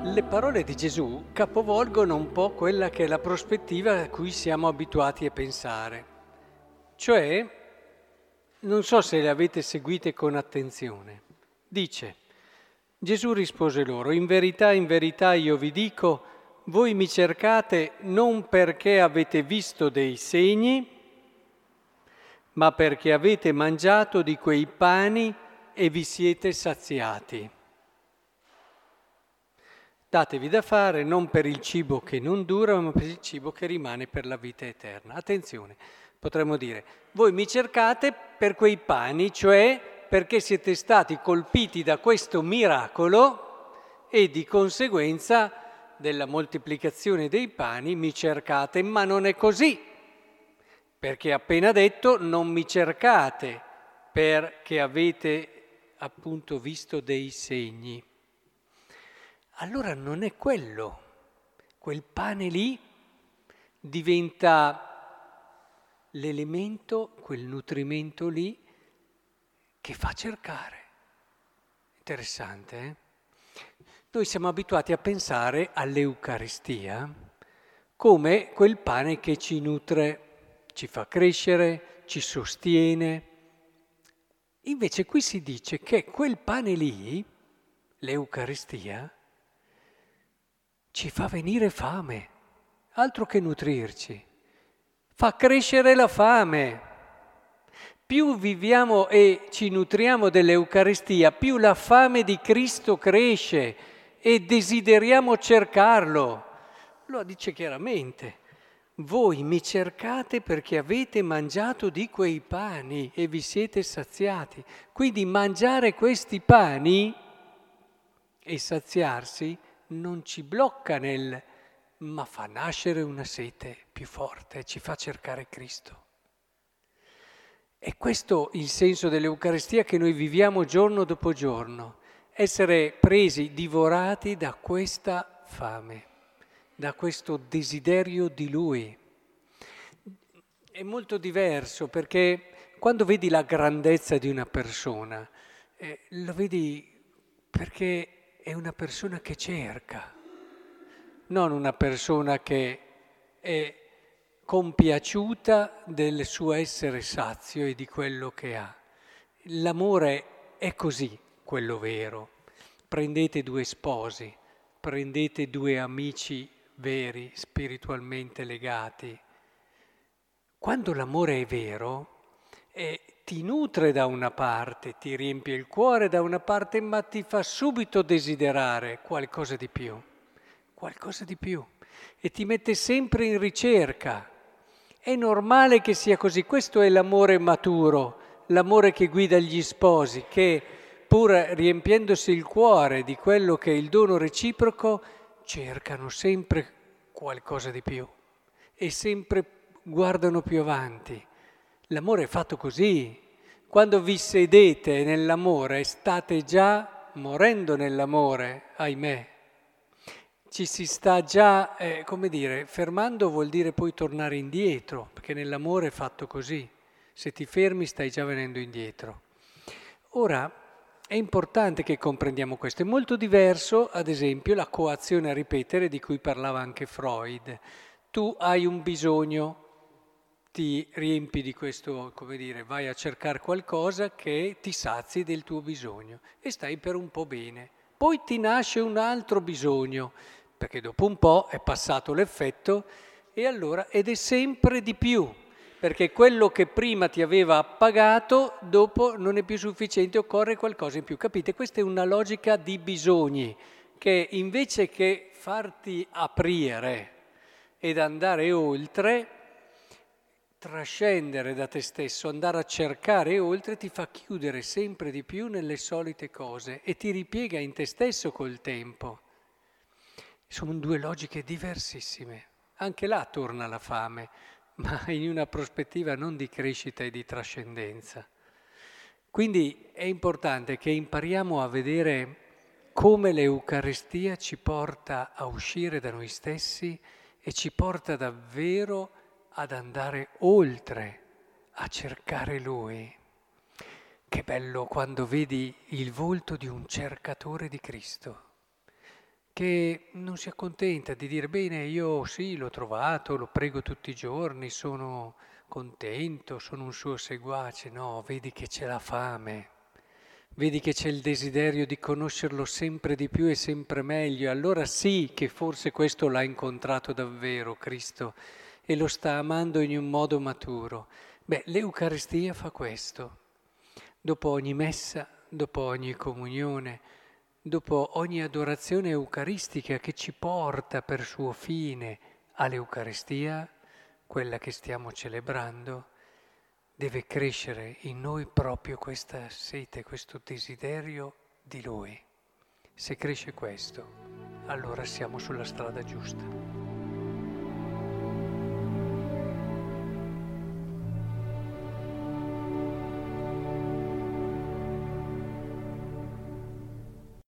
Le parole di Gesù capovolgono un po' quella che è la prospettiva a cui siamo abituati a pensare. Cioè, non so se le avete seguite con attenzione. Dice, Gesù rispose loro, in verità io vi dico, voi mi cercate non perché avete visto dei segni, ma perché avete mangiato di quei pani e vi siete saziati. Datevi da fare non per il cibo che non dura, ma per il cibo che rimane per la vita eterna. Attenzione, potremmo dire, voi mi cercate per quei pani, cioè perché siete stati colpiti da questo miracolo e di conseguenza della moltiplicazione dei pani mi cercate, ma non è così, perché appena detto non mi cercate perché avete appunto visto dei segni. Allora non è quello, quel pane lì diventa l'elemento, quel nutrimento lì che fa cercare. Interessante, eh? Noi siamo abituati a pensare all'Eucaristia come quel pane che ci nutre, ci fa crescere, ci sostiene. Invece qui si dice che quel pane lì, l'Eucaristia, ci fa venire fame, altro che nutrirci, fa crescere la fame. Più viviamo e ci nutriamo dell'Eucaristia, più la fame di Cristo cresce e desideriamo cercarlo. Lo dice chiaramente. Voi mi cercate perché avete mangiato di quei pani e vi siete saziati. Quindi mangiare questi pani e saziarsi non ci blocca ma fa nascere una sete più forte, ci fa cercare Cristo. E questo il senso dell'Eucaristia che noi viviamo giorno dopo giorno, essere presi, divorati da questa fame, da questo desiderio di Lui. È molto diverso perché quando vedi la grandezza di una persona, lo vedi perché è una persona che cerca, non una persona che è compiaciuta del suo essere sazio e di quello che ha. L'amore è così, quello vero. Prendete due sposi, prendete due amici veri, spiritualmente legati. Quando l'amore è vero, ti nutre da una parte, ti riempie il cuore da una parte, ma ti fa subito desiderare qualcosa di più, e ti mette sempre in ricerca. È normale che sia così, questo è l'amore maturo, l'amore che guida gli sposi, che pur riempiendosi il cuore di quello che è il dono reciproco, cercano sempre qualcosa di più e sempre guardano più avanti. L'amore è fatto così. Quando vi sedete nell'amore state già morendo nell'amore, ahimè. Ci si sta già, fermando vuol dire poi tornare indietro, perché nell'amore è fatto così. Se ti fermi stai già venendo indietro. Ora, è importante che comprendiamo questo. È molto diverso, ad esempio, la coazione a ripetere di cui parlava anche Freud. Tu hai un bisogno, ti riempi di questo, vai a cercare qualcosa che ti sazi del tuo bisogno e stai per un po' bene. Poi ti nasce un altro bisogno, perché dopo un po' è passato l'effetto ed è sempre di più, perché quello che prima ti aveva appagato dopo non è più sufficiente, occorre qualcosa in più. Capite? Questa è una logica di bisogni che invece che farti aprire ed andare oltre, trascendere da te stesso, andare a cercare oltre, ti fa chiudere sempre di più nelle solite cose e ti ripiega in te stesso col tempo. Sono due logiche diversissime. Anche là torna la fame, ma in una prospettiva non di crescita e di trascendenza. Quindi è importante che impariamo a vedere come l'Eucaristia ci porta a uscire da noi stessi e ci porta davvero ad andare oltre, a cercare Lui. Che bello quando vedi il volto di un cercatore di Cristo, che non si accontenta di dire bene, io sì, l'ho trovato, lo prego tutti i giorni, sono contento, sono un suo seguace. No, vedi che c'è la fame, vedi che c'è il desiderio di conoscerlo sempre di più e sempre meglio. Allora sì che forse questo l'ha incontrato davvero Cristo e lo sta amando in un modo maturo. Beh, l'Eucaristia fa questo. Dopo ogni messa, dopo ogni comunione, dopo ogni adorazione eucaristica che ci porta per suo fine all'Eucaristia, quella che stiamo celebrando, deve crescere in noi proprio questa sete, questo desiderio di Lui. Se cresce questo, allora siamo sulla strada giusta.